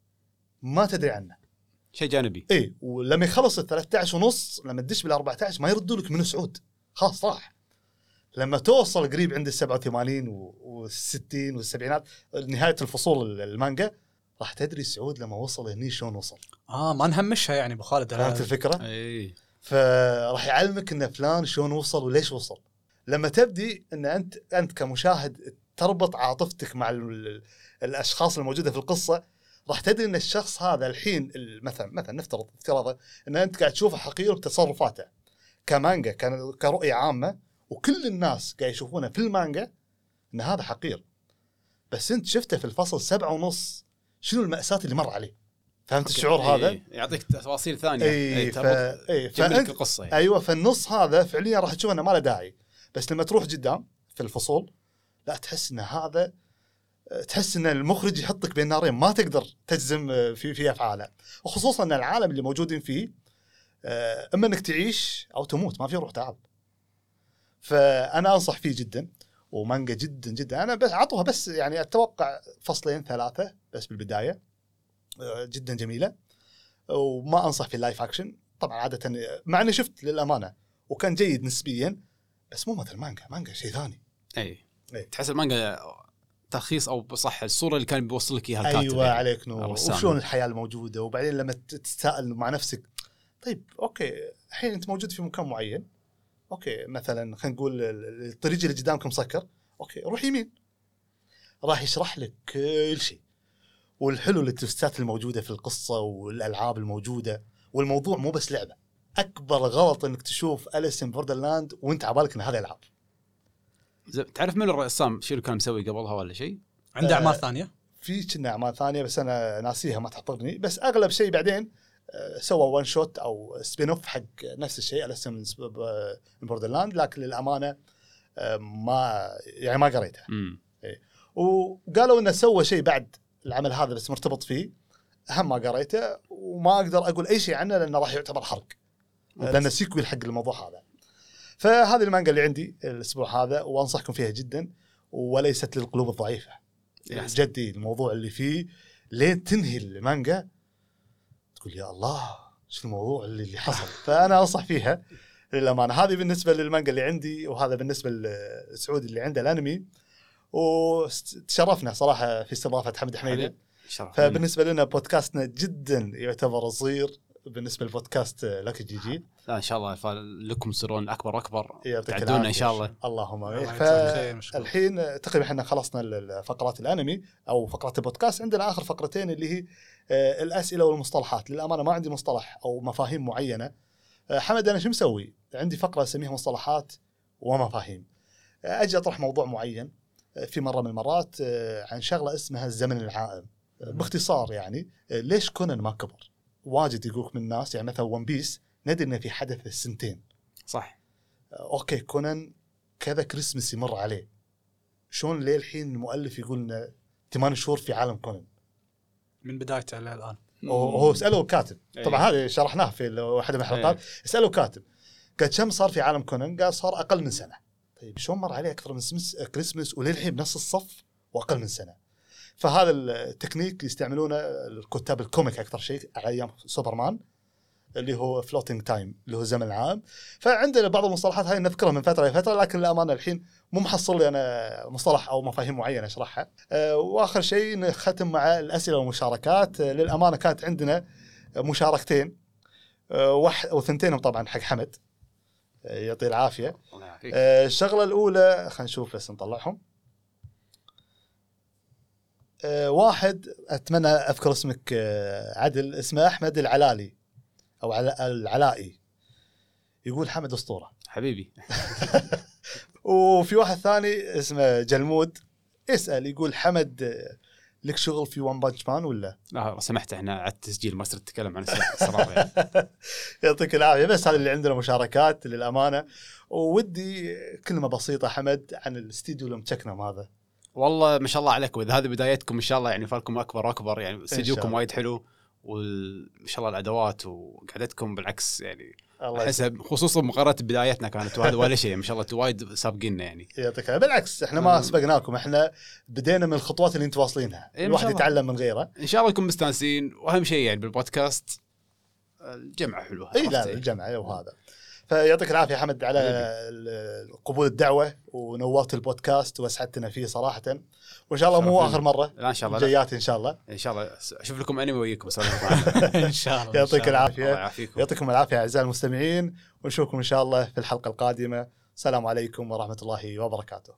ما تدري عنه، شيء جانبي. اي ولما يخلص ال ثلاثة عشر ونص لما تدش بال أربعة عشر ما يردوا لك منو سعود، خلاص راح. لما توصل قريب عند ال سبعة وثمانين والستين والسبعينات نهايه الفصول المانجا راح تدري سعود لما وصل هني شلون وصل. اه ما نهمشها يعني ابو خالد. فهمت الفكره؟ اي فراح يعلمك ان فلان شلون وصل وليش وصل. لما تبدي ان انت انت كمشاهد تربط عاطفتك مع الاشخاص الموجوده في القصه، راح تدري ان الشخص هذا الحين مثلا مثلا نفترض افتراضا ان انت قاعد تشوفه حقيقي بتصرفاته كمانجا كان كرؤيه عامه، وكل الناس قاعد يشوفونه في المانجا ان هذا حقير، بس انت شفته في الفصل سبعة ونص شنو المأساة اللي مر عليه. فهمت الشعور هذا؟ أي. يعطيك تفاصيل ثانيه. اي, أي, ف... أي فانت القصه يعني. ايوه فالنص هذا فعليا راح تشوف انه ما له داعي، بس لما تروح قدام في الفصول لا تحس ان هذا، تحس ان المخرج يحطك بين نارين ما تقدر تجزم في في افعاله. وخصوصا ان العالم اللي موجودين فيه اما انك تعيش او تموت، ما في روح تعب. فانا انصح فيه جدا، ومانجا جدا جدا. انا بس اعطوها بس يعني اتوقع فصلين ثلاثه بس بالبدايه، جدا جميله. وما انصح في اللايف اكشن طبعا عاده، مع اني شفت للامانه وكان جيد نسبيا، بس مو مثل مانجا. مانجا شيء ثاني. اي أي. تحس المانجا تلخيص او صح الصوره اللي كان بيوصل لك اياها الكاتب. ايوه يعني. عليك نور. وشلون الحياه الموجوده، وبعدين لما تتساءل مع نفسك طيب اوكي الحين انت موجود في مكان معين، اوكي مثلا خلينا نقول الطريق اللي قدامك مسكر، اوكي روح يمين، راح يشرح لك كل شيء. والحلو التوستات الموجوده في القصه والالعاب الموجوده، والموضوع مو بس لعبه. اكبر غلط انك تشوف أليس إن بوردرلاند وانت عبالك ان هذا العاب. تعرف من الرسام شو كان مسوي قبلها ولا شيء؟ عنده اعمال آه ثانيه؟ في كنا اعمال ثانيه بس انا ناسيها ما تحضرني. بس اغلب شيء بعدين سوى وان شوت او سبين اوف حق نفس الشيء أليس إن بوردرلاند، لكن للامانه ما يعني ما قريتها. إيه. وقالوا انه سوى شيء بعد العمل هذا بس مرتبط فيه، اهم ما قريته وما اقدر اقول اي شيء عنه لانه راح يعتبر حرق، لانه سيكويل حق الموضوع هذا. فهذه المانجا اللي عندي الاسبوع هذا وانصحكم فيها جدا، وليست للقلوب الضعيفه. يعني جدي الموضوع اللي فيه لين تنهي المانجا تقول يا الله شو الموضوع اللي اللي حصل. فانا انصح فيها للامانه. هذه بالنسبه للمانجا اللي عندي، وهذا بالنسبه للسعودي اللي عنده الانمي. وتشرفنا صراحه في استضافه حمد حميدي. فبالنسبه لنا بودكاستنا جدا يعتبر صغير بالنسبه للبودكاست لك جي جي. لا ان شاء الله لكم تصيرون اكبر واكبر، تعدونا ان شاء الله. اللهم امين. فالحين تقريبا احنا خلصنا فقرات الانمي او فقرات البودكاست. عندنا اخر فقرتين اللي هي الاسئله والمصطلحات. للامانه ما عندي مصطلح او مفاهيم معينه. حمد انا شو مسوي؟ عندي فقره اسميها مصطلحات ومفاهيم. اجي اطرح موضوع معين في مره من المرات عن شغله اسمها الزمن العائم. باختصار يعني ليش كونان ما كبر؟ واجد يقولك من الناس يعني مثلا ون بيس ندري انه في حدث السنتين صح. اوكي كونان كذا كريسمس يمر عليه، شلون ليه الحين المؤلف يقول انه ثمان شهور في عالم كونان من بدايته الى الان؟ وهو سالوا الكاتب طبعا هذه شرحناه في واحده من الحلقات. سالوا الكاتب قال كم صار في عالم كونان؟ قال صار اقل من سنه. طيب شلون مر عليه اكثر من سمس كريسمس وللحين بنفس الصف واقل من سنه؟ فهذا التكنيك يستعملونه الكتاب الكوميك اكثر شيء على ايام سوبرمان اللي هو فلوتينج تايم اللي هو زمن العام. فعندنا بعض المصطلحات هاي نذكرها من فتره لفتره، لكن الامانه الحين مو محصل لي انا مصطلح او مفاهيم معينه اشرحها. أه واخر شيء نختم مع الاسئله والمشاركات. أه للامانه كانت عندنا مشاركتين، أه واحد او ثنتين طبعا حق حمد، أه يعطيه العافيه. أه الشغله الاولى خلينا نشوف بس نطلعهم. أه واحد اتمنى اذكر اسمك أه عدل، اسمه احمد العلالي او العلائي، يقول حمد اسطوره حبيبي. وفي واحد ثاني اسمه جلمود يسال يقول حمد لك شغل في ون بانش مان ولا؟ لا سمحت احنا على التسجيل ما صرت اتكلم عن الصراحه يعني. يعطيك العافيه. بس هذا اللي عندنا مشاركات للامانه. وودي كلمه بسيطه حمد عن الاستديو اللي متكنم هذا. والله ما شاء الله عليكم، واذا هذه بدايتكم ان شاء الله يعني فالكم اكبر واكبر، يعني استديوكم وايد حلو وما شاء الله الادوات وقعدتكم بالعكس يعني حسب، خصوصا مقارنه بدايتنا كانت وهذا ولا شيء ما شاء الله وايد سابقيننا يعني. يعطيك بالعكس احنا ما سبقناكم، احنا بدينا من الخطوات اللي انتم واصلينها. إيه الواحد يتعلم من غيره ان شاء الله يكون مستانسين. واهم شيء يعني بالبودكاست الجمعه حلوه. اي لا الجمعه وهذا. فيعطيك العافيه حمد على قبول الدعوه ونورت البودكاست واسعدتنا فيه صراحه، وان شاء الله مو اخر مره. لا ان شاء الله جيات ان شاء الله ان شاء الله اشوف لكم انمي وياكم ان شاء الله. يعطيك العافيه. يعطيكم العافيه اعزائي المستمعين، ونشوفكم ان شاء الله في الحلقه القادمه. السلام عليكم ورحمه الله وبركاته.